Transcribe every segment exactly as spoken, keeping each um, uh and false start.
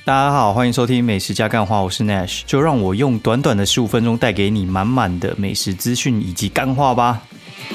大家好，欢迎收听美食加干话，我是 Nash， 就让我用短短的十五分钟带给你满满的美食资讯以及干话吧。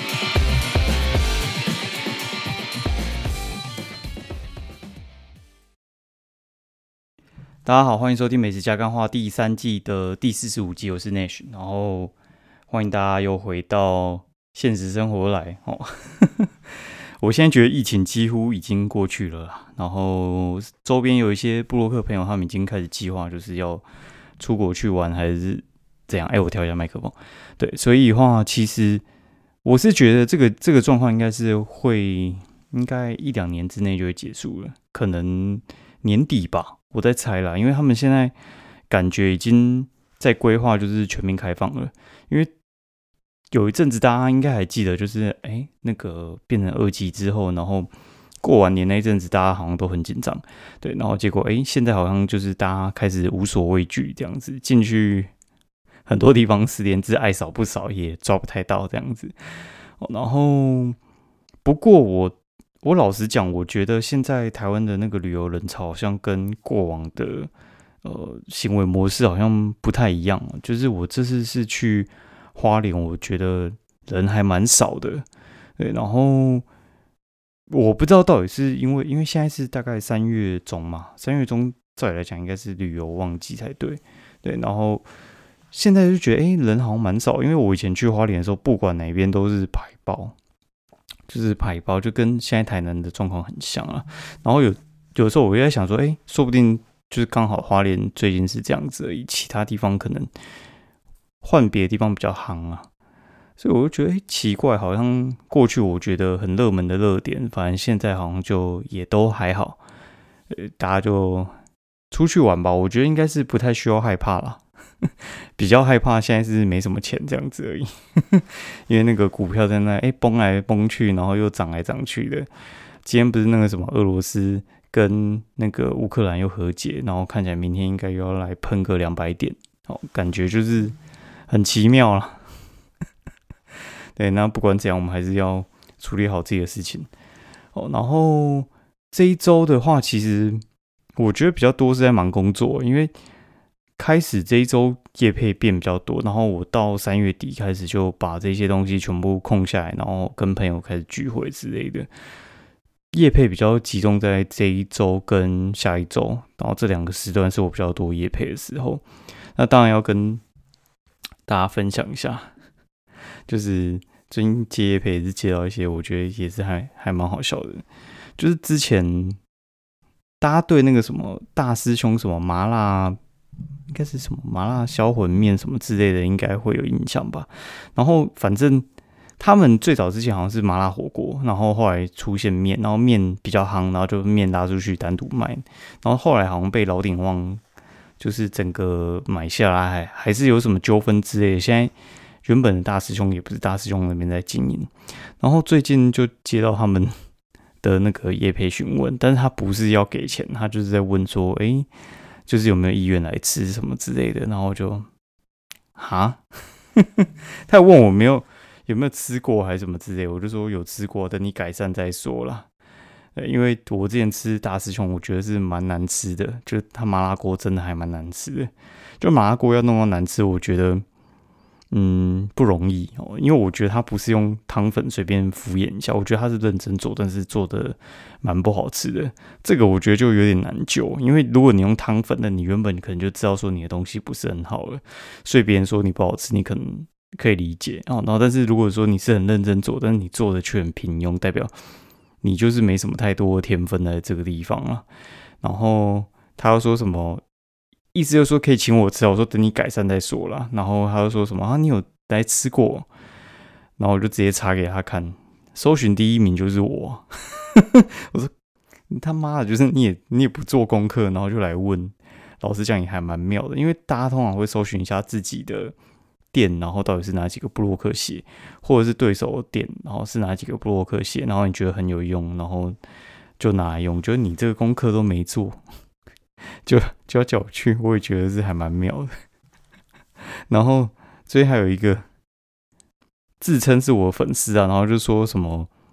大家好，欢迎收听美食加干话第三季的第四十五集，我是 Nash， 然后欢迎大家又回到现实生活来哦。我现在觉得疫情几乎已经过去了啦，然后周边有一些部落客朋友，他们已经开始计划，就是要出国去玩还是怎样？哎、欸，我调一下麦克风。对，所以的话，其实我是觉得这个这个状况应该是会，应该一两年之内就会结束了，可能年底吧，我在猜啦，因为他们现在感觉已经在规划，就是全面开放了，因为。有一阵子，大家应该还记得，就是哎、欸，那个变成二级之后，然后过完年那一阵子，大家好像都很紧张，对，然后结果哎、欸，现在好像就是大家开始无所畏惧这样子，进去很多地方十连字爱扫不扫也抓不太到这样子。然后不过我我老实讲，我觉得现在台湾的那个旅游人潮好像跟过往的呃行为模式好像不太一样，就是我这次是去。花莲我觉得人还蛮少的，对，然后我不知道到底是因为因为现在是大概三月中嘛，三月中照理来讲应该是旅游旺季才对，对，然后现在就觉得哎、欸、人好像蛮少，因为我以前去花莲的时候，不管哪边都是排爆，就是排爆，就跟现在台南的状况很像啊。然后有有时候我就在想说，哎、欸，说不定就是刚好花莲最近是这样子而已，其他地方可能。换别的地方比较夯啊，所以我就觉得、欸、奇怪，好像过去我觉得很热门的热点，反正现在好像就也都还好，呃，大家就出去玩吧。我觉得应该是不太需要害怕啦，比较害怕现在是没什么钱这样子而已，因为那个股票在那哎、欸、崩来崩去，然后又涨来涨去的。今天不是那个什么俄罗斯跟那个乌克兰又和解，然后看起来明天应该又要来喷个两百点，哦，感觉就是。很奇妙啦，对，那不管怎样，我们还是要处理好自己的事情。哦，然后这一周的话，其实我觉得比较多是在忙工作，因为开始这一周业配变比较多，然后我到三月底开始就把这些东西全部空下来，然后跟朋友开始聚会之类的。业配比较集中在这一周跟下一周，然后这两个时段是我比较多业配的时候。那当然要跟大家分享一下，就是最近接业配也是接到一些，我觉得也是还还蛮好笑的。就是之前大家对那个什么大师兄什么麻辣，应该是什么麻辣销魂面什么之类的，应该会有印象吧。然后反正他们最早之前好像是麻辣火锅，然后后来出现面，然后面比较夯，然后就面拉出去单独卖，然后后来好像被老鼎旺。就是整个买下来还还是有什么纠纷之类的。现在原本的大师兄也不是大师兄那边在经营，然后最近就接到他们的那个业配询问，但是他不是要给钱，他就是在问说，哎、欸，就是有没有意愿来吃什么之类的，然后就哈，他问我没有有没有吃过还是什么之类的，我就说有吃过，等你改善再说啦。因为我之前吃大师兄，我觉得是蛮难吃的，就他麻辣锅真的还蛮难吃的。就麻辣锅要弄到难吃，我觉得嗯不容易哦，因为我觉得他不是用汤粉随便敷衍一下，我觉得他是认真做，但是做的蛮不好吃的。这个我觉得就有点难救，因为如果你用汤粉，那你原本可能就知道说你的东西不是很好了，所以别人说你不好吃，你可能可以理解哦。然后，但是如果说你是很认真做，但是你做的却很平庸，代表。你就是没什么太多的天分在这个地方啊，然后他又说什么，意思就是说可以请我吃，我说等你改善再说啦。然后他又说什么啊，你有来吃过？然后我就直接查给他看，搜寻第一名就是我。我说你他妈的，就是你也你也不做功课，然后就来问，老实讲也还蛮妙的，因为大家通常会搜寻一下自己的。店，然后到底是哪几个部落客写，或者是对手的店，然后是哪几个部落客写，然后你觉得很有用，然后就拿来用。就是你这个功课都没做，就就要叫我去，我也觉得是还蛮妙的。然后最近还有一个自称是我粉丝啊，然后就说什么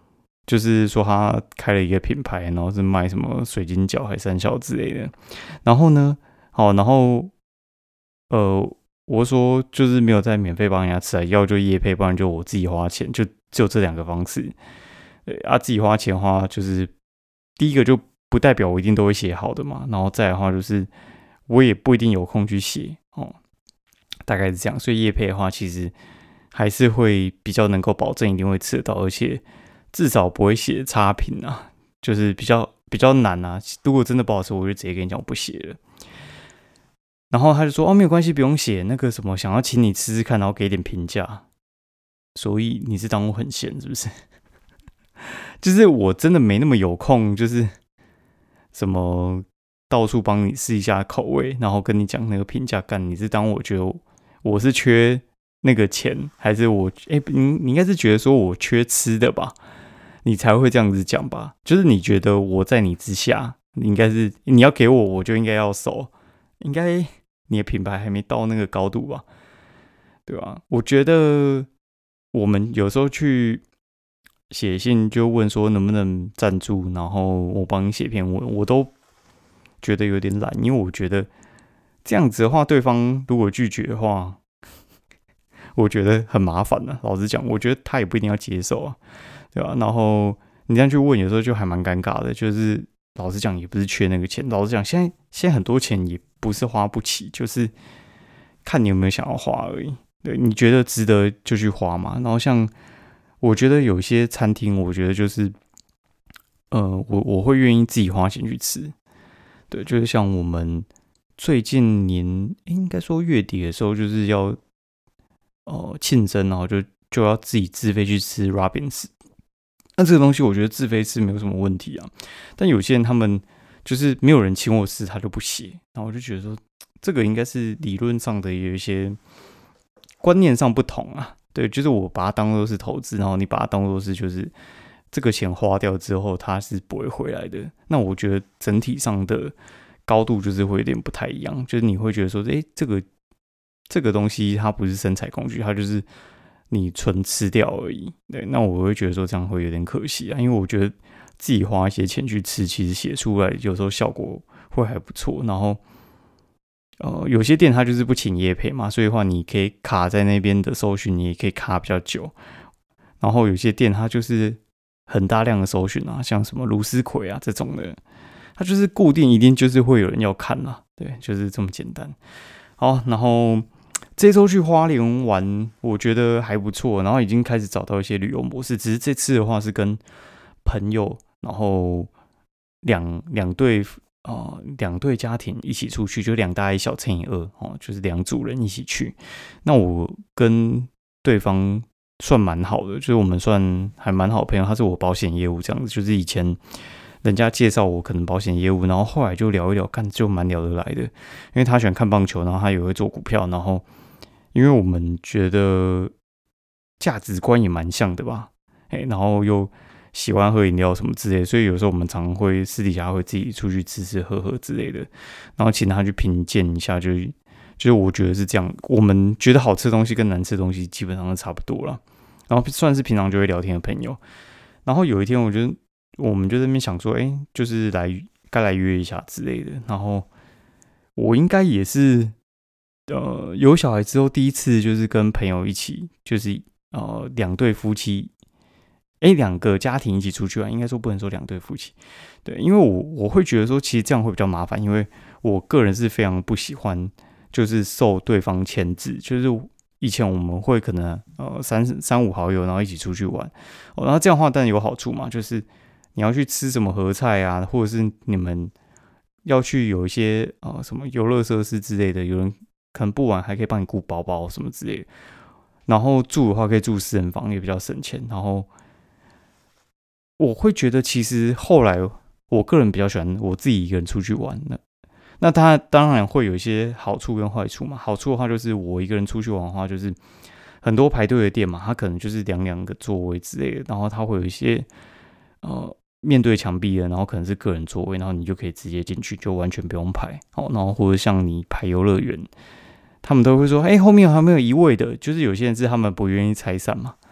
就是说他开了一个品牌，然后是卖什么水晶饺还三小之类的。然后呢，好，然后呃，我说就是没有在免费帮人家吃啊，要就业配，不然就我自己花钱，就只有这两个方式。对啊，自己花钱的话，就是第一个就不代表我一定都会写好的嘛，然后再来的话就是我也不一定有空去写哦，大概是这样。所以业配的话，其实还是会比较能够保证一定会吃得到，而且至少不会写差评啊，就是比较比较难啊。如果真的不好吃，我就直接跟你讲我不写了。然后他就说：“哦，没有关系，不用写那个什么，想要请你吃吃看，然后给点评价。所以你是当我很闲是不是？就是我真的没那么有空，就是什么到处帮你试一下口味，然后跟你讲那个评价。干，你是当我觉得我是缺那个钱，还是我哎、欸，你你应该是觉得说我缺吃的吧？你才会这样子讲吧？就是你觉得我在你之下，你应该是你要给我，我就应该要收，应该。”你的品牌还没到那个高度吧，对吧？我觉得我们有时候去写信就问说能不能赞助，然后我帮你写篇文，我都觉得有点懒，因为我觉得这样子的话，对方如果拒绝的话，我觉得很麻烦的。老实讲，我觉得他也不一定要接受啊，对吧？然后你这样去问，有时候就还蛮尴尬的。就是老实讲，也不是缺那个钱，老实讲，现在现在很多钱也不是花不起，就是看你有没有想要花而已。对，你觉得值得就去花嘛。然后像我觉得有些餐厅，我觉得就是，呃，我我会愿意自己花钱去吃。对，就是像我们最近年应该说月底的时候，就是要呃庆生，然后就就要自己自费去吃 Robins。那这个东西我觉得自费吃没有什么问题啊，但有些人他们。就是没有人请我吃，他就不写，然后我就觉得说，这个应该是理论上的有一些观念上不同啊。对，就是我把它当作是投资，然后你把它当作是就是这个钱花掉之后，它是不会回来的。那我觉得整体上的高度就是会有点不太一样，就是你会觉得说，哎、欸，这个这个东西它不是生财工具，它就是你纯吃掉而已。对，那我会觉得说这样会有点可惜啊，因为我觉得。自己花一些钱去吃，其实写出来有时候效果会还不错。然后，呃，有些店它就是不请业配嘛，所以的话你可以卡在那边的搜寻，你也可以卡比较久。然后有些店它就是很大量的搜寻啊，像什么芦丝葵啊这种的，它就是固定一定就是会有人要看啦，对，就是这么简单。好，然后这周去花莲玩，我觉得还不错，然后已经开始找到一些旅游模式，只是这次的话是跟朋友。然后两两对呃两对家庭一起出去，就两大一小乘以二哦，就是两组人一起去。那我跟对方算蛮好的，就是我们算还蛮好的朋友。他是我保险业务这样子，就是以前人家介绍我可能保险业务，然后后来就聊一聊，看就蛮聊得来的。因为他喜欢看棒球，然后他也会做股票，然后因为我们觉得价值观也蛮像的吧，哎，然后又。喜欢喝饮料什么之类的，所以有时候我们常会私底下会自己出去吃吃喝喝之类的，然后请他去评鉴一下，就是就是我觉得是这样，我们觉得好吃的东西跟难吃的东西基本上都差不多了，然后算是平常就会聊天的朋友。然后有一天，我觉得我们就在那边想说，哎、欸，就是来该来约一下之类的。然后我应该也是呃有小孩之后第一次，就是跟朋友一起，就是呃两对夫妻。哎，两个家庭一起出去玩，应该说不能说两对夫妻，对，因为我我会觉得说，其实这样会比较麻烦，因为我个人是非常不喜欢，就是受对方牵制，就是以前我们会可能呃三三五好友，然后一起出去玩，哦，然后这样的话当然有好处嘛，就是你要去吃什么合菜啊，或者是你们要去有一些呃什么游乐设施之类的，有人可能不玩还可以帮你顾包包什么之类的，然后住的话可以住私人房，也比较省钱，然后。我会觉得，其实后来我个人比较喜欢我自己一个人出去玩的。那它当然会有一些好处跟坏处嘛。好处的话就是我一个人出去玩的话，就是很多排队的店嘛，它可能就是两两个座位之类的，然后它会有一些呃面对墙壁的，然后可能是个人座位，然后你就可以直接进去，就完全不用排。好，然后或者像你排游乐园，他们都会说，哎、欸，后面还没有移位的，就是有些人是他们不愿意拆散嘛。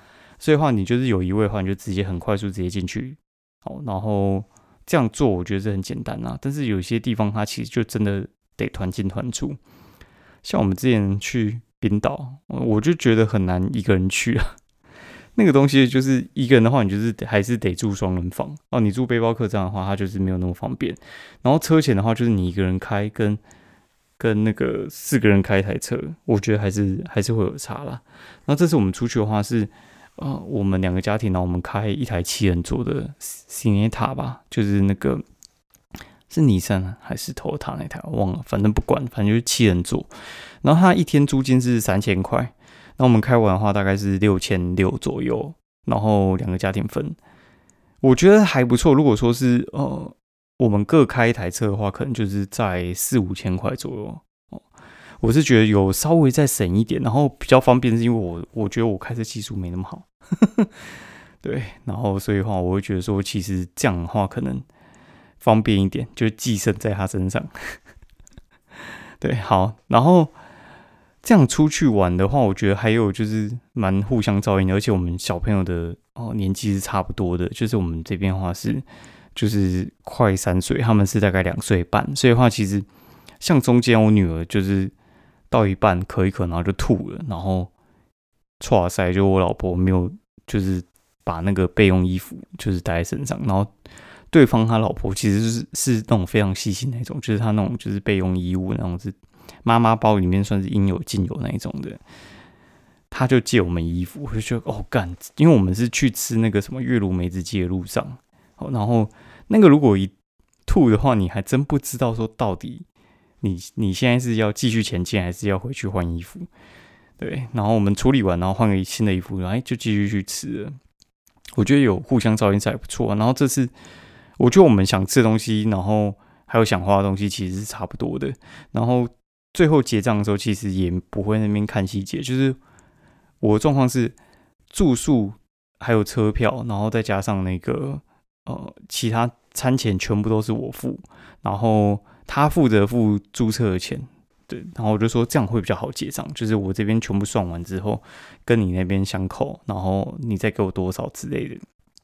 所以的话，你就是有疑问的话，你就直接很快速直接进去，好，然后这样做我觉得是很简单啦。但是有些地方它其实就真的得团进团出，像我们之前去冰岛，我就觉得很难一个人去啊。那个东西就是一个人的话，你就是还是得住双人房哦。你住背包客栈的话，它就是没有那么方便。然后车钱的话，就是你一个人开跟跟那个四个人开一台车，我觉得还是还是会有差啦。然后这次我们出去的话是。呃，我们两个家庭，然后我们开一台七人座的 Sienna 吧，就是那个是尼桑还是 Toyota 那台，我忘了，反正不管，反正就是七人座。然后它一天租金是三千块，那我们开完的话大概是六千六左右，然后两个家庭分，我觉得还不错。如果说是呃我们各开一台车的话，可能就是在四五千块左右。我是觉得有稍微再省一点，然后比较方便，是因为我我觉得我开车技术没那么好，对，然后所以的话，我会觉得说，其实这样的话可能方便一点，就寄生在他身上。对，好，然后这样出去玩的话，我觉得还有就是蛮互相照应的，而且我们小朋友的哦年纪是差不多的，就是我们这边的话是就是快三岁，他们是大概两岁半，所以的话其实像中间我女儿就是。到一半咳一咳，然后就吐了，然后剉塞，就我老婆没有就是把那个备用衣服就是带在身上，然后对方他老婆其实是是那种非常细心那种，就是他那种就是备用衣物那种是妈妈包里面算是应有尽有那一种的，他就借我们衣服，我就觉得哦干，因为我们是去吃那个什么月如梅子鸡的路上，然后那个如果一吐的话，你还真不知道说到底。你你现在是要继续前进，还是要回去换衣服？对，然后我们处理完，然后换个新的衣服，然后就继续去吃了。我觉得有互相照应是还不错、啊。然后这次，我觉得我们想吃的东西，然后还有想花的东西，其实是差不多的。然后最后结账的时候，其实也不会那边看细节，就是我的状况是住宿还有车票，然后再加上那个呃其他餐钱全部都是我付，然后。他负责付注册的钱，对，然后我就说这样会比较好结账，就是我这边全部算完之后，跟你那边相扣，然后你再给我多少之类的。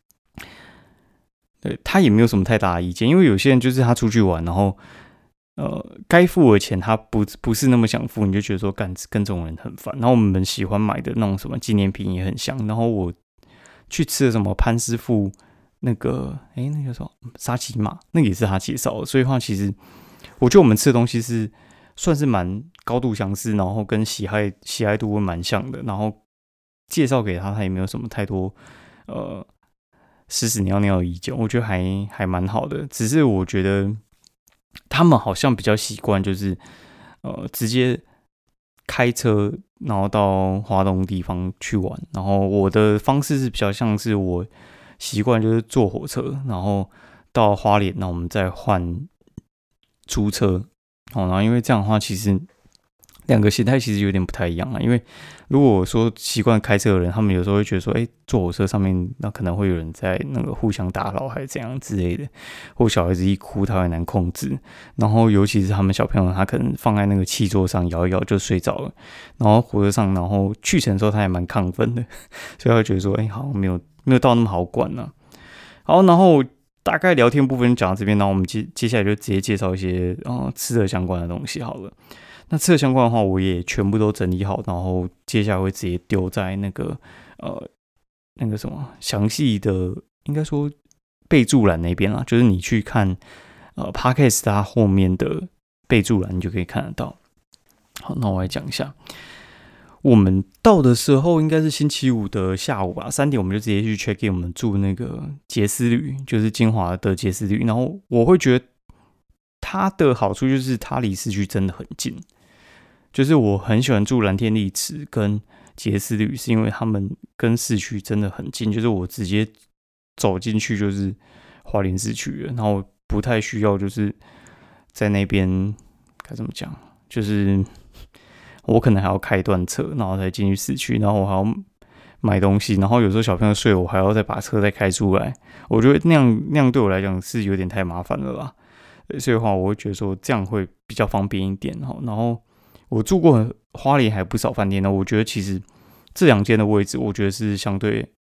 对，他也没有什么太大的意见，因为有些人就是他出去玩，然后呃该付的钱他不不是那么想付，你就觉得说干跟这种人很烦。然后我们喜欢买的那种什么纪念品也很香，然后我去吃的什么潘师傅那个哎、欸、那个什么沙琪玛，那个也是他介绍的，所以的话其实。我觉得我们吃的东西是算是蛮高度相似，然后跟喜爱喜爱度会蛮像的，然后介绍给他，他也没有什么太多呃屎屎尿尿的意见，我觉得还还蛮好的。只是我觉得他们好像比较习惯，就是呃直接开车，然后到花东地方去玩。然后我的方式是比较像是我习惯就是坐火车，然后到花莲，那我们再换。租车，哦，然后因为这样的话，其实两个形态其实有点不太一样啊。因为如果说习惯开车的人，他们有时候会觉得说，哎、欸，坐火车上面那可能会有人在那个互相打扰，还是怎样之类的，或小孩子一哭他很难控制。然后尤其是他们小朋友，他可能放在那个汽座上摇一摇就睡着了。然后火车上，然后去程的时候他也蛮亢奋的，所以他会觉得说，哎、欸，好像没有没有到那么好管呢、啊。好，然后。大概聊天部分讲到这边，然后我们接接下来就直接介绍一些呃吃的相关的东西好了。那吃的相关的话，我也全部都整理好，然后接下来会直接丢在那个呃那个什么详细的，应该说备注栏那边啦，就是你去看呃 Podcast 它后面的备注栏，你就可以看得到。好，那我来讲一下。我们到的时候应该是星期五的下午吧，三点我们就直接去 check in， 我们住那个杰斯旅，就是金华的杰斯旅。然后我会觉得它的好处就是它离市区真的很近，就是我很喜欢住蓝天丽池跟杰斯旅，是因为他们跟市区真的很近，就是我直接走进去就是花莲市区了，然后不太需要就是在那边该怎么讲，就是。我可能还要开一段车，然后才进去市区，然后我还要买东西，然后有时候小朋友睡，我还要再把车再开出来。我觉得那样那样对我来讲是有点太麻烦了啦。所以的话，我会觉得说这样会比较方便一点。然后我住过花莲还不少饭店呢，我觉得其实这两间的位置，我觉得是相对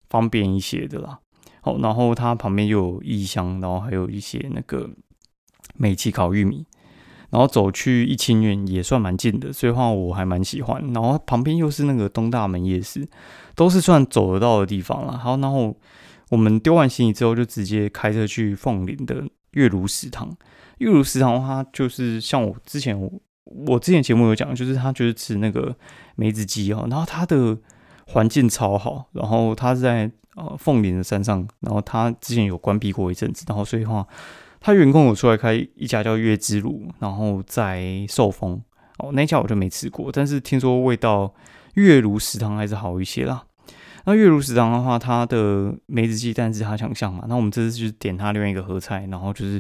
方便一些的啦。好，然后它旁边又有异香，然后还有一些那个美琪烤玉米，然后走去一清苑也算蛮近的，所以话我还蛮喜欢。然后旁边又是那个东大门夜市，都是算走得到的地方啦。好，然后我们丢完行李之后，就直接开车去凤林的月如食堂。月如食堂的话，就是像我之前我我之前节目有讲，就是他就是吃那个梅子鸡哦，然后它的环境超好，然后它是在呃凤林的山上，然后它之前有关闭过一阵子，然后所以的话，他员工有出来开一家叫月之炉，然后在寿丰哦，那家我就没吃过，但是听说味道月如食堂还是好一些啦。那月如食堂的话，它的梅子鸡蛋是他强项嘛，那我们这次就是点它另外一个合菜，然后就是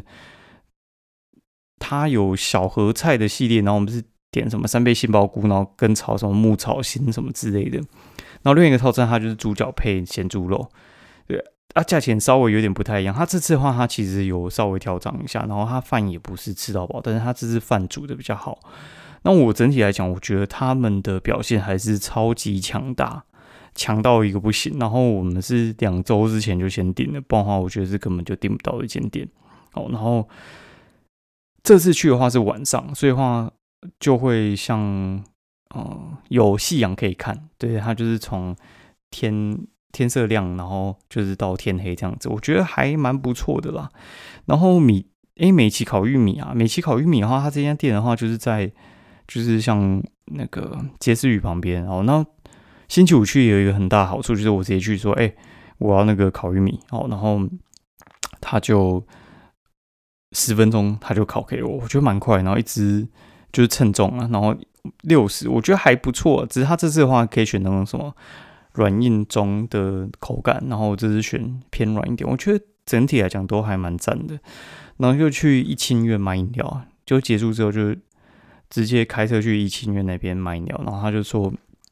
它有小合菜的系列，然后我们是点什么三杯杏鲍菇，然后跟炒什么木炒心什么之类的。然后另外一个套餐它就是猪脚配咸猪肉，对啊，价钱稍微有点不太一样。它这次的话，它其实有稍微调整一下，然后它饭也不是吃到饱，但是它这次饭煮的比较好。那我整体来讲，我觉得他们的表现还是超级强大，强到一个不行。然后我们是两周之前就先订了，不然的话，我觉得是根本就订不到一间店。哦，然后这次去的话是晚上，所以的话就会像呃有夕阳可以看，对，它就是从天天色亮，然后就是到天黑这样子，我觉得还蛮不错的啦。然后米诶，美琪烤玉米啊，美琪烤玉米的话，它这间店的话就是在就是像那个杰斯语旁边哦。那星期五去有一个很大的好处，就是我直接去说，哎、欸，我要那个烤玉米哦，然后他就十分钟他就烤给我，我觉得蛮快，然后一直就是称重啊，然后六十，我觉得还不错。只是他这次的话可以选那种什么软硬中的口感，然后这次选偏软一点，我觉得整体来讲都还蛮赞的。然后就去一清苑买饮料，就结束之后就直接开车去一清苑那边买饮料，然后他就说，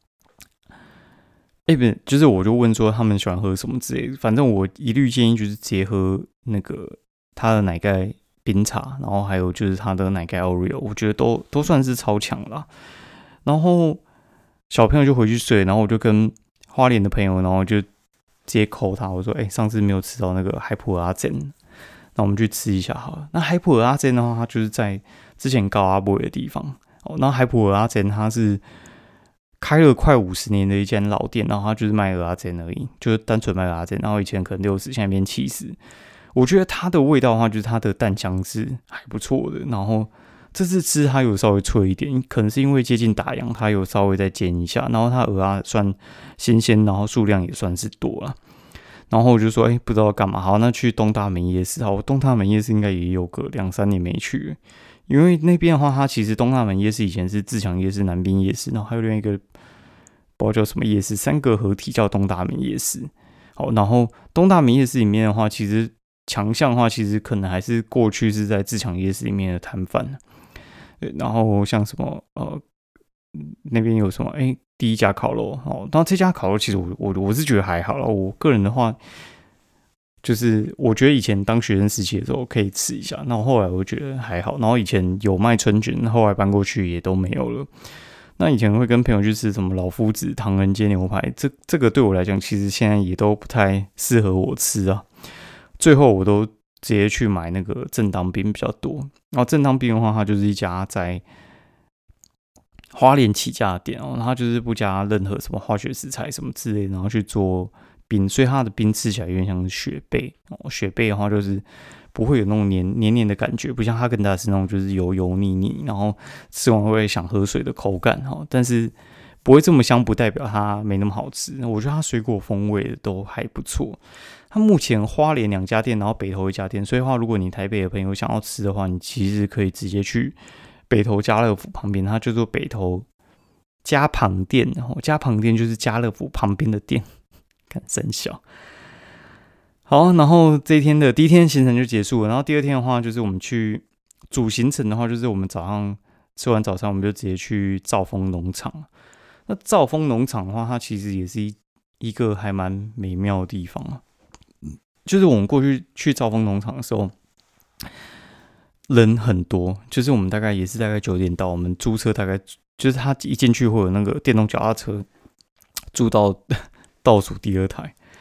哎、欸，不是，就是我就问说他们喜欢喝什么之类的，反正我一律建议就是直接喝那个他的奶盖冰茶，然后还有就是他的奶盖 Oreo， 我觉得都都算是超强啦。然后小朋友就回去睡，然后我就跟花莲的朋友，然后就直接 call 他，我说，哎、欸，上次没有吃到那个海普阿珍。那我们去吃一下好了。那海普尔阿珍的话，它就是在之前高阿伯的地方哦。那海普尔阿珍它是开了快五十年的一间老店，然后它就是卖蚵仔煎而已，就是单纯卖蚵仔煎。然后以前可能六十，现在变七十。我觉得它的味道的话，就是它的蛋香是还不错的。然后这次吃它有稍微脆一点，可能是因为接近打烊，它有稍微再煎一下。然后它蚵仔算新鲜，然后数量也算是多了。然后我就说，哎、欸，不知道干嘛。好，那去东大门夜市。好，东大门夜市应该也有个两三年没去，因为那边的话，它其实东大门夜市以前是自强夜市、南滨夜市，然后还有另外一个不知道叫什么夜市，三个合体叫东大门夜市。好，然后东大门夜市里面的话，其实强项的话，其实可能还是过去是在自强夜市里面的摊贩。然后像什么呃。那边有什么？哎、欸，第一家烤肉哦。然后这家烤肉其实我我我是觉得还好啦。我个人的话，就是我觉得以前当学生时期的时候可以吃一下，那后来我觉得还好。然后以前有卖春卷，后来搬过去也都没有了。那以前会跟朋友去吃什么老夫子、唐人街牛排，这这个对我来讲，其实现在也都不太适合我吃啊。最后我都直接去买那个正当兵比较多。然后正当兵的话，它就是一家在花莲起家的店哦，它就是不加任何什么化学食材什么之类的，然后去做冰，所以它的冰吃起来有点像是雪贝哦。雪贝的话就是不会有那种黏黏黏的感觉，不像哈根达斯那种就是油油腻腻，然后吃完会想喝水的口感哦。但是不会这么香，不代表它没那么好吃。我觉得它水果风味都还不错。它目前花莲两家店，然后北投一家店，所以的话，如果你台北的朋友想要吃的话，你其实可以直接去北投家乐福旁边，它叫做北投家旁店，然后家旁店就是家乐福旁边的店，看真小。好，然后这一天的第一天行程就结束了，然后第二天的话就是我们去主行程的话，就是我们早上吃完早餐，我们就直接去兆丰农场。那兆丰农场的话，它其实也是一一个还蛮美妙的地方啊。就是我们过去去兆丰农场的时候，人很多，就是我们大概也是大概九点到，我们租车大概就是他一进去会有那个电动脚踏车，租到倒数第二台，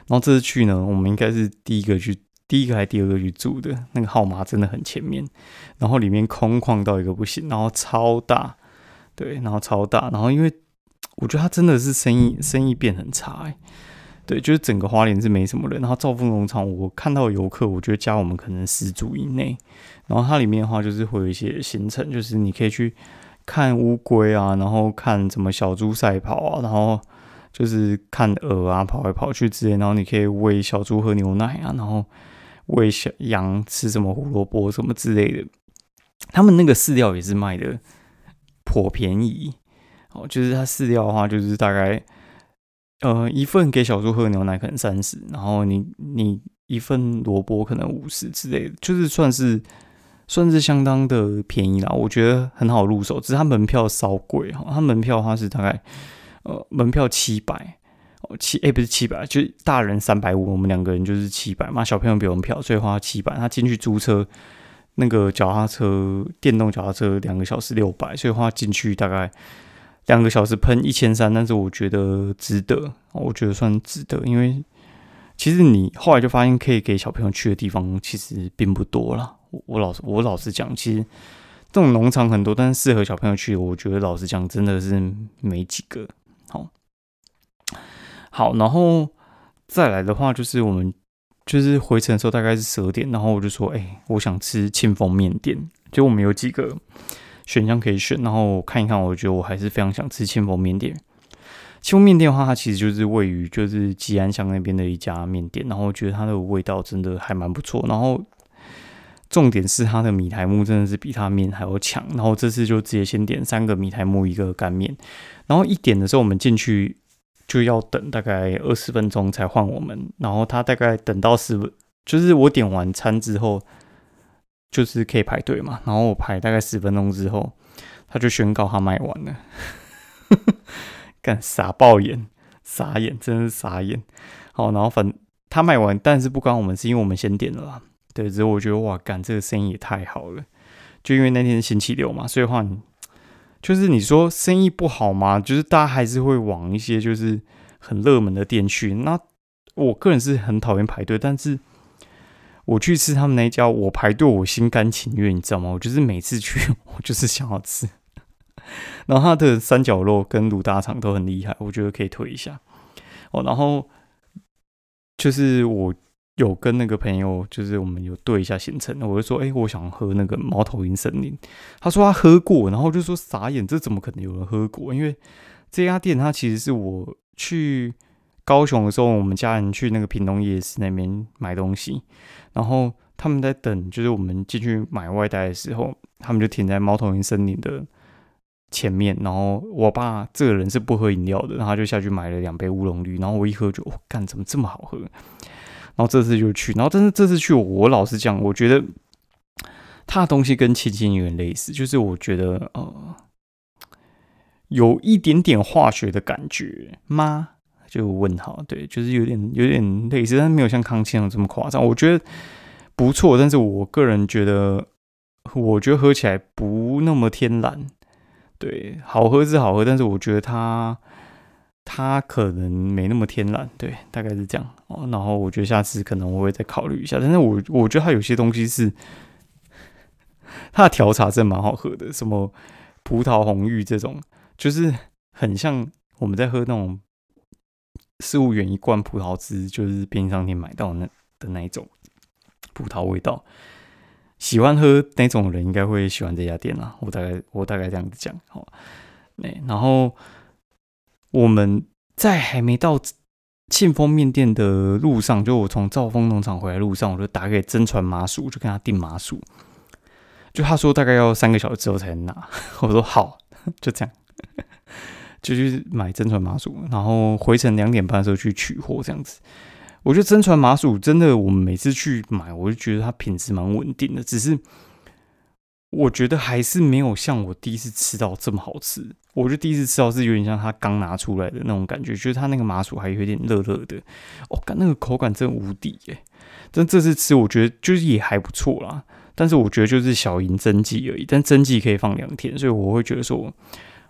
然后这次去呢，我们应该是第一个去，第一个还第二个去住的，那个号码真的很前面，然后里面空旷到一个不行，然后超大，对，然后超大，然后因为我觉得他真的是生意生意变很差、欸，对，就是整个花莲是没什么人，然后兆丰农场我看到游客，我觉得加我们可能十组以内，然后它里面的话就是会有一些行程，就是你可以去看乌龟啊，然后看什么小猪赛跑啊，然后就是看鹅啊跑来跑去之类，然后你可以喂小猪喝牛奶啊，然后喂小羊吃什么胡萝卜什么之类的。他们那个饲料也是卖的颇便宜，哦，就是它饲料的话就是大概呃一份给小猪喝牛奶可能三十，然后你你一份萝卜可能五十之类的，就是算是。算是相当的便宜啦，我觉得很好入手。只是它门票稍贵哈，它门票它是大概呃门票七百哦七哎不是七百，就是大人三百五，我们两个人就是七百嘛，小朋友不用票，所以花七百。他进去租车那个脚踏车电动脚踏车两个小时六百，所以花进去大概两个小时喷一千三，但是我觉得值得，我觉得算值得，因为其实你后来就发现可以给小朋友去的地方其实并不多啦。我老我老实讲，其实这种农场很多，但是适合小朋友去的，我觉得老实讲真的是没几个。好，好，然后再来的话，就是我们就是回程的时候大概是十二点，然后我就说，哎、欸，我想吃庆丰面店，就我们有几个选项可以选，然后我看一看，我觉得我还是非常想吃庆丰面店。庆丰面店的话，它其实就是位于就是吉安乡那边的一家面店，然后我觉得它的味道真的还蛮不错，然后。重点是它的米苔目真的是比它面还要强，然后这次就直接先点三个米苔目一个干面，然后一点的时候我们进去就要等大概二十分钟才换我们，然后他大概等到十，就是我点完餐之后就是可以排队嘛，然后我排大概十分钟之后，他就宣告他卖完了，干傻爆眼，傻眼，真的是傻眼。好，然后反他卖完，但是不关我们，是因为我们先点了啦。对，只是我觉得哇，干这个生意也太好了，就因为那天是星期六嘛，所以的话，就是你说生意不好吗？就是大家还是会往一些就是很热门的店去。那我个人是很讨厌排队，但是我去吃他们那一家，我排队我心甘情愿，你知道吗？我就是每次去，我就是想要吃。然后他的三角肉跟卤大肠都很厉害，我觉得可以推一下哦。然后就是我。有跟那个朋友，就是我们有对一下行程，我就说，哎、欸，我想喝那个猫头鹰森林。他说他喝过，然后就说傻眼，这怎么可能有人喝过？因为这家店它其实是我去高雄的时候，我们家人去那个屏东夜市那边买东西，然后他们在等，就是我们进去买外带的时候，他们就停在猫头鹰森林的前面，然后我爸这个人是不喝饮料的，然后他就下去买了两杯乌龙绿，然后我一喝就，哦，干怎么这么好喝？然后这次就去，然后但是这次去我，我老实讲，我觉得他的东西跟七七有点类似，就是我觉得呃有一点点化学的感觉吗？就问号，对，就是有点有点类似，但是没有像康清这么夸张。我觉得不错，但是我个人觉得，我觉得喝起来不那么天然。对，好喝是好喝，但是我觉得它。它可能没那么天然，对，大概是这样哦。然后我觉得下次可能我会再考虑一下，但是我我觉得它有些东西是它的调茶真的蛮好喝的，什么葡萄红玉这种，就是很像我们在喝那种事物园一罐葡萄汁，就是便利商店买到那的那一种葡萄味道。喜欢喝那种人应该会喜欢这家店啦，我大概我大概这样子讲哦。然后。我们在还没到庆丰面店的路上，就我从兆丰农场回来路上，我就打给真传麻薯，就跟他订麻薯。就他说大概要三个小时之后才能拿，我说好，就这样，就去买真传麻薯，然后回程两点半的时候去取货，这样子。我觉得真传麻薯真的，我们每次去买，我就觉得它品质蛮稳定的，只是。我觉得还是没有像我第一次吃到这么好吃。我觉得第一次吃到是有点像它刚拿出来的那种感觉，就是它那个麻薯还有点热热的，哦，那个口感真的无敌耶！但这次吃我觉得就是也还不错啦，但是我觉得就是小赢蒸剂而已，但蒸剂可以放两天，所以我会觉得说，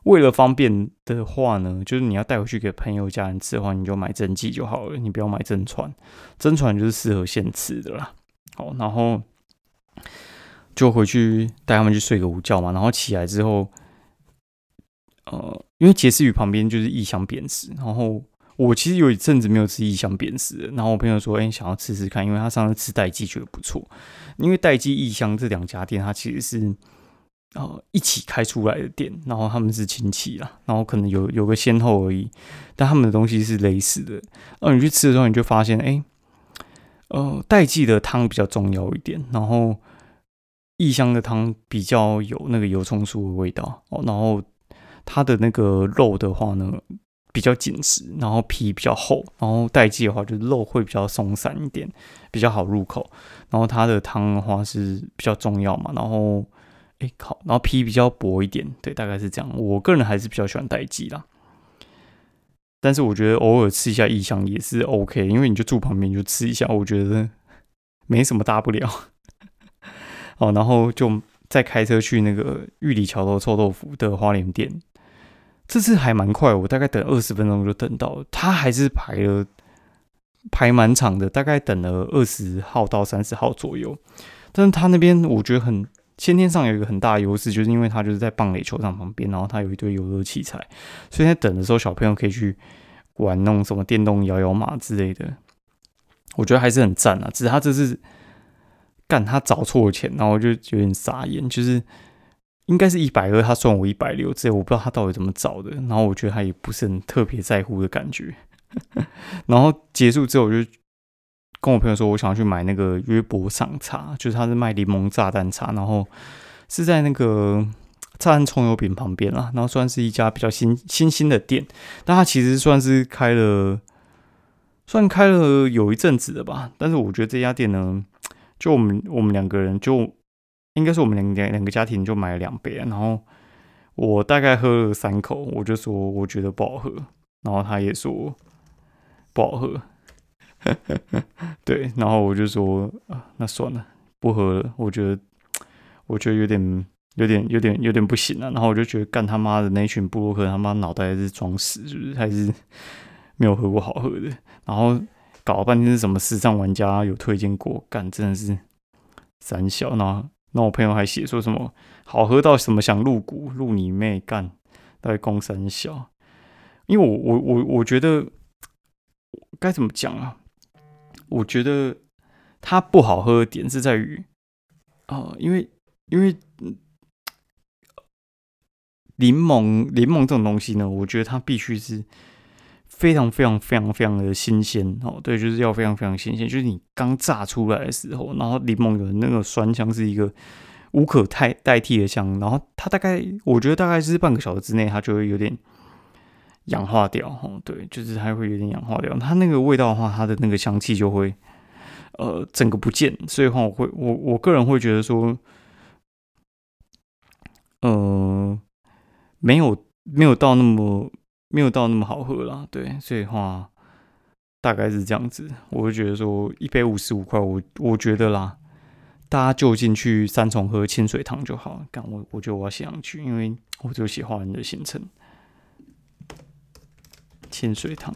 为了方便的话呢，就是你要带回去给朋友家人吃的话，你就买蒸鸡就好了，你不要买蒸串，蒸串就是适合现吃的啦。好，然后就回去带他们去睡个午觉嘛，然后起来之后，呃，因为杰士鱼旁边就是异乡扁食，然后我其实有一阵子没有吃异乡扁食，然后我朋友说，哎、欸，想要吃吃看，因为他上次吃代记觉得不错，因为代记异乡这两家店，它其实是呃一起开出来的店，然后他们是亲戚啦，然后可能有有个先后而已，但他们的东西是类似的，然后你去吃的时候，你就发现，哎、欸，呃，代记的汤比较重要一点，然后异乡的汤比较有那个油葱酥的味道哦，然后它的那个肉的话呢，比较紧实，然后皮比较厚，然后代记的话就是肉会比较松散一点，比较好入口。然后它的汤的话是比较重要嘛，然后哎好，然后皮比较薄一点，对，大概是这样。我个人还是比较喜欢代记啦，但是我觉得偶尔吃一下异乡也是 OK， 因为你就住旁边就吃一下，我觉得没什么大不了。好，然后就再开车去那个玉里桥头臭豆腐的花莲店。这次还蛮快，我大概等二十分钟就等到了。他还是排了排蛮长的，大概等了二十号到三十号左右。但是他那边我觉得很先天上有一个很大的优势，就是因为他就是在棒垒球场旁边，然后他有一堆游乐器材，所以在等的时候小朋友可以去玩那种什么电动摇摇马之类的，我觉得还是很赞啊。只是他这次干他找错钱，然后我就有点傻眼，就是应该是一百二，他算我一百六，这我不知道他到底怎么找的。然后我觉得他也不是很特别在乎的感觉。然后结束之后，我就跟我朋友说，我想要去买那个约伯赏茶，就是他是卖柠檬炸弹茶，然后是在那个炸弹葱油饼旁边啦，然后算是一家比较新新兴的店，但他其实算是开了，算开了有一阵子了吧。但是我觉得这家店呢，就我们我们两个人就。应该是我们两两个家庭就买了两杯，然后我大概喝了三口，我就说我觉得不好喝，然后他也说不好喝，对，然后我就说啊，那算了，不喝了，我觉得我觉得有点有点有点有点不行了、啊，然后我就觉得干他妈的那群部落客他妈脑袋还是装屎，是不是？还是没有喝过好喝的，然后搞了半天是什么时尚玩家有推荐过，干真的是三小，然后。那我朋友还写说什么好喝到什么想入股，入你妹干，大概公三小。因为我我我我觉得该怎么讲啊？我觉得它不好喝的点是在于，呃，因为因为柠檬柠檬这种东西呢，我觉得它必须是非常非常非常非常的新鲜哦，对，就是要非常非常新鲜，就是你刚榨出来的时候，然后柠檬的那个酸香是一个无可代替的香，然后它大概我觉得大概是半个小时之内，它就会有点氧化掉哦，对，就是它会有点氧化掉，它那个味道的话，它的那个香气就会呃整个不见，所以的话我会我我个人会觉得说，呃，没有没有到那么。没有到那么好喝啦，对，所以的话大概是这样子。我会觉得说一杯五十五块，我我觉得啦，大家就近去三重喝清水汤就好。干我我觉得我要写上去，因为我就写花莲的行程。清水汤，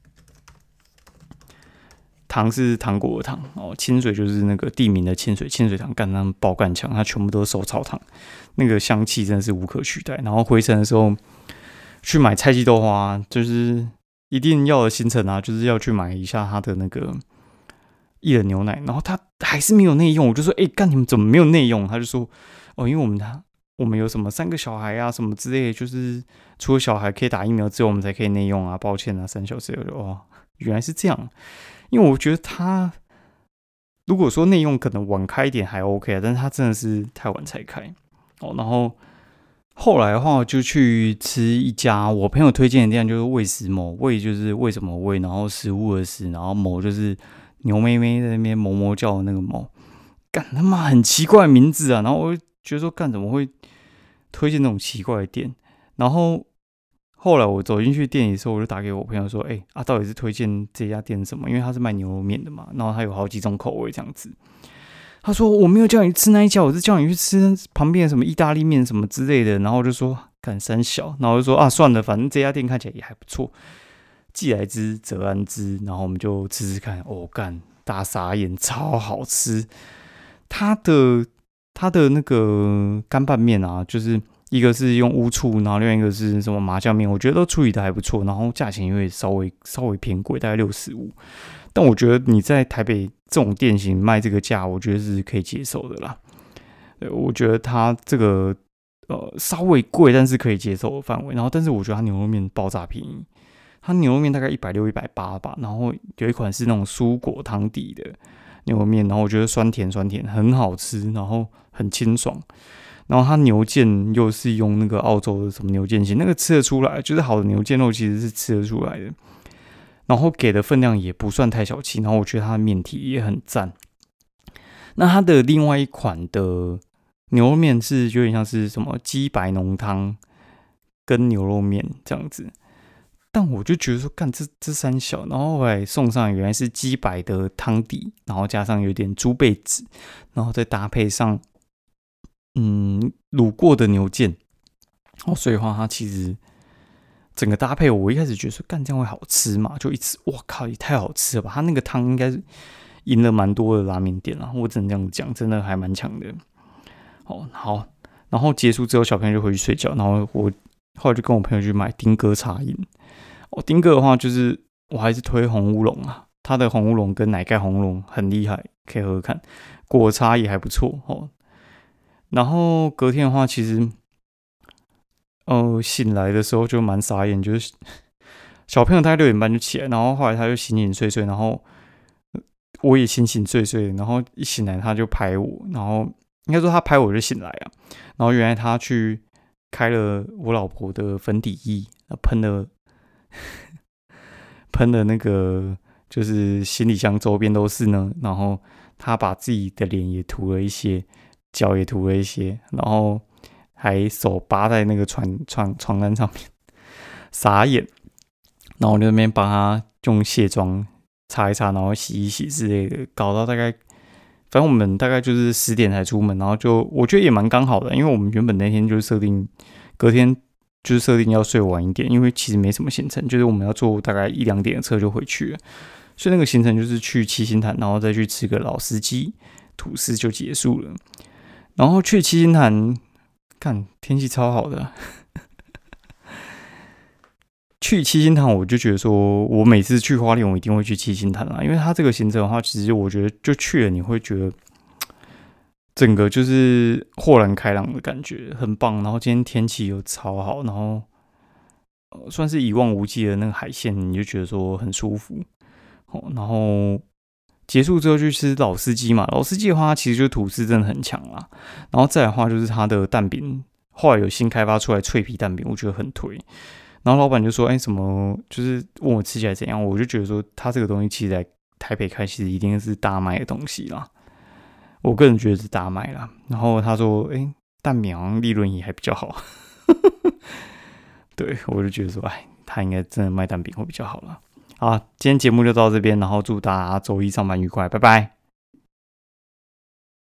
糖是糖果的糖哦，清水就是那个地名的清水，清水汤干他们爆干强，它全部都是手炒汤，那个香气真的是无可取代。然后回程的时候。去买菜鸡豆花，就是一定要的行程啊，就是要去买一下它的那个薏仁牛奶，然后它还是没有内用，我就说，哎、欸，干你们怎么没有内用？他就说，哦，因为我们他我们有什么三个小孩啊，什么之类的，就是除了小孩可以打疫苗之后，我们才可以内用啊，抱歉啊，三小时，我就哦，原来是这样，因为我觉得他如果说内用可能晚开一点还 OK 啊，但是他真的是太晚才开哦，然后。后来的话，就去吃一家我朋友推荐的店，就是味食某，味就是为什么味，然后食物的食，然后某就是牛妹妹在那边哞哞叫的那个某，干他妈很奇怪的名字啊！然后我就觉得说，干怎么会推荐那种奇怪的店？然后后来我走进去店里的时候，我就打给我朋友说，哎、欸、啊，到底是推荐这家店什么？因为他是卖牛肉面的嘛，然后他有好几种口味这样子。他说我没有叫你吃那一家，我是叫你去吃旁边的什么意大利面什么之类的。然后我就说干三小，然后就说啊算了，反正这家店看起来也还不错，既来之则安之，然后我们就吃吃看。哦，干大傻眼，超好吃！它的它的那个干拌面啊，就是一个是用乌醋，然后另外一个是什么麻酱面，我觉得都处理的还不错，然后价钱也会稍微稍微偏贵，大概六十五。但我觉得你在台北这种店型卖这个价，我觉得是可以接受的啦。我觉得它这个呃稍微贵，但是可以接受的范围。然后，但是我觉得它牛肉面爆炸便宜，它牛肉面大概一百六、一百八吧。然后有一款是那种蔬果汤底的牛肉面，然后我觉得酸甜酸甜很好吃，然后很清爽。然后它牛腱又是用那个澳洲的什么牛腱心，那个吃得出来，就是好的牛腱肉其实是吃得出来的。然后给的分量也不算太小气，然后我觉得它的面体也很赞。那它的另外一款的牛肉面是有点像是什么鸡白浓汤跟牛肉面这样子，但我就觉得说，干这这三小，然后后来送上原来是鸡白的汤底，然后加上有点猪背脂，然后再搭配上嗯卤过的牛腱，哦，所以的话它其实整个搭配，我一开始觉得说，干这样会好吃嘛，就一吃，哇靠，也太好吃了吧！它那个汤应该是赢了蛮多的拉面店啦，我只能这样讲，真的还蛮强的。好，好，然后结束之后，小朋友就回去睡觉，然后我后来就跟我朋友去买丁哥茶饮。哦，丁哥的话就是我还是推红乌龙啊，它的红乌龙跟奶盖红乌龙很厉害，可以喝喝看，果茶也还不错哦。然后隔天的话，其实呃醒来的时候就蛮傻眼，就是小朋友大概六点半就起来，然后后来他就醒醒睡睡，然后我也醒醒睡睡，然后一醒来他就拍我，然后应该说他拍我就醒来啊，然后原来他去开了我老婆的粉底液，喷了喷了那个就是行李箱周边都是呢，然后他把自己的脸也涂了一些，脚也涂了一些，然后还手扒在那个床床床单上面，傻眼。然后我就在那边帮他用卸妆擦一擦，然后洗一洗之类的，搞到大概，反正我们大概就是十点才出门，然后就我觉得也蛮刚好的，因为我们原本那天就是设定隔天就是设定要睡晚一点，因为其实没什么行程，就是我们要坐大概一两点的车就回去了，所以那个行程就是去七星潭，然后再去吃个老司机吐司就结束了。然后去七星潭，看天气超好的、啊。去七星潭，我就觉得说，我每次去花莲，我一定会去七星潭啦，因为它这个行程的话，其实我觉得就去了，你会觉得整个就是豁然开朗的感觉，很棒。然后今天天气又超好，然后、呃、算是一望无际的那个海线，你就觉得说很舒服。哦、然后结束之后就吃老司机嘛，老司机的话，其实就是吐司真的很强啦。然后再来的话，就是它的蛋饼，后来有新开发出来脆皮蛋饼，我觉得很推。然后老板就说：“哎、欸，什么？就是问我吃起来怎样？”我就觉得说，他这个东西其实在台北开，其实一定是大卖的东西啦。我个人觉得是大卖啦。然后他说：“哎、欸，蛋饼好像利润也还比较好。”对，我就觉得说，哎，他应该真的卖蛋饼会比较好啦。好，今天节目就到这边，然后祝大家周一上班愉快，拜拜。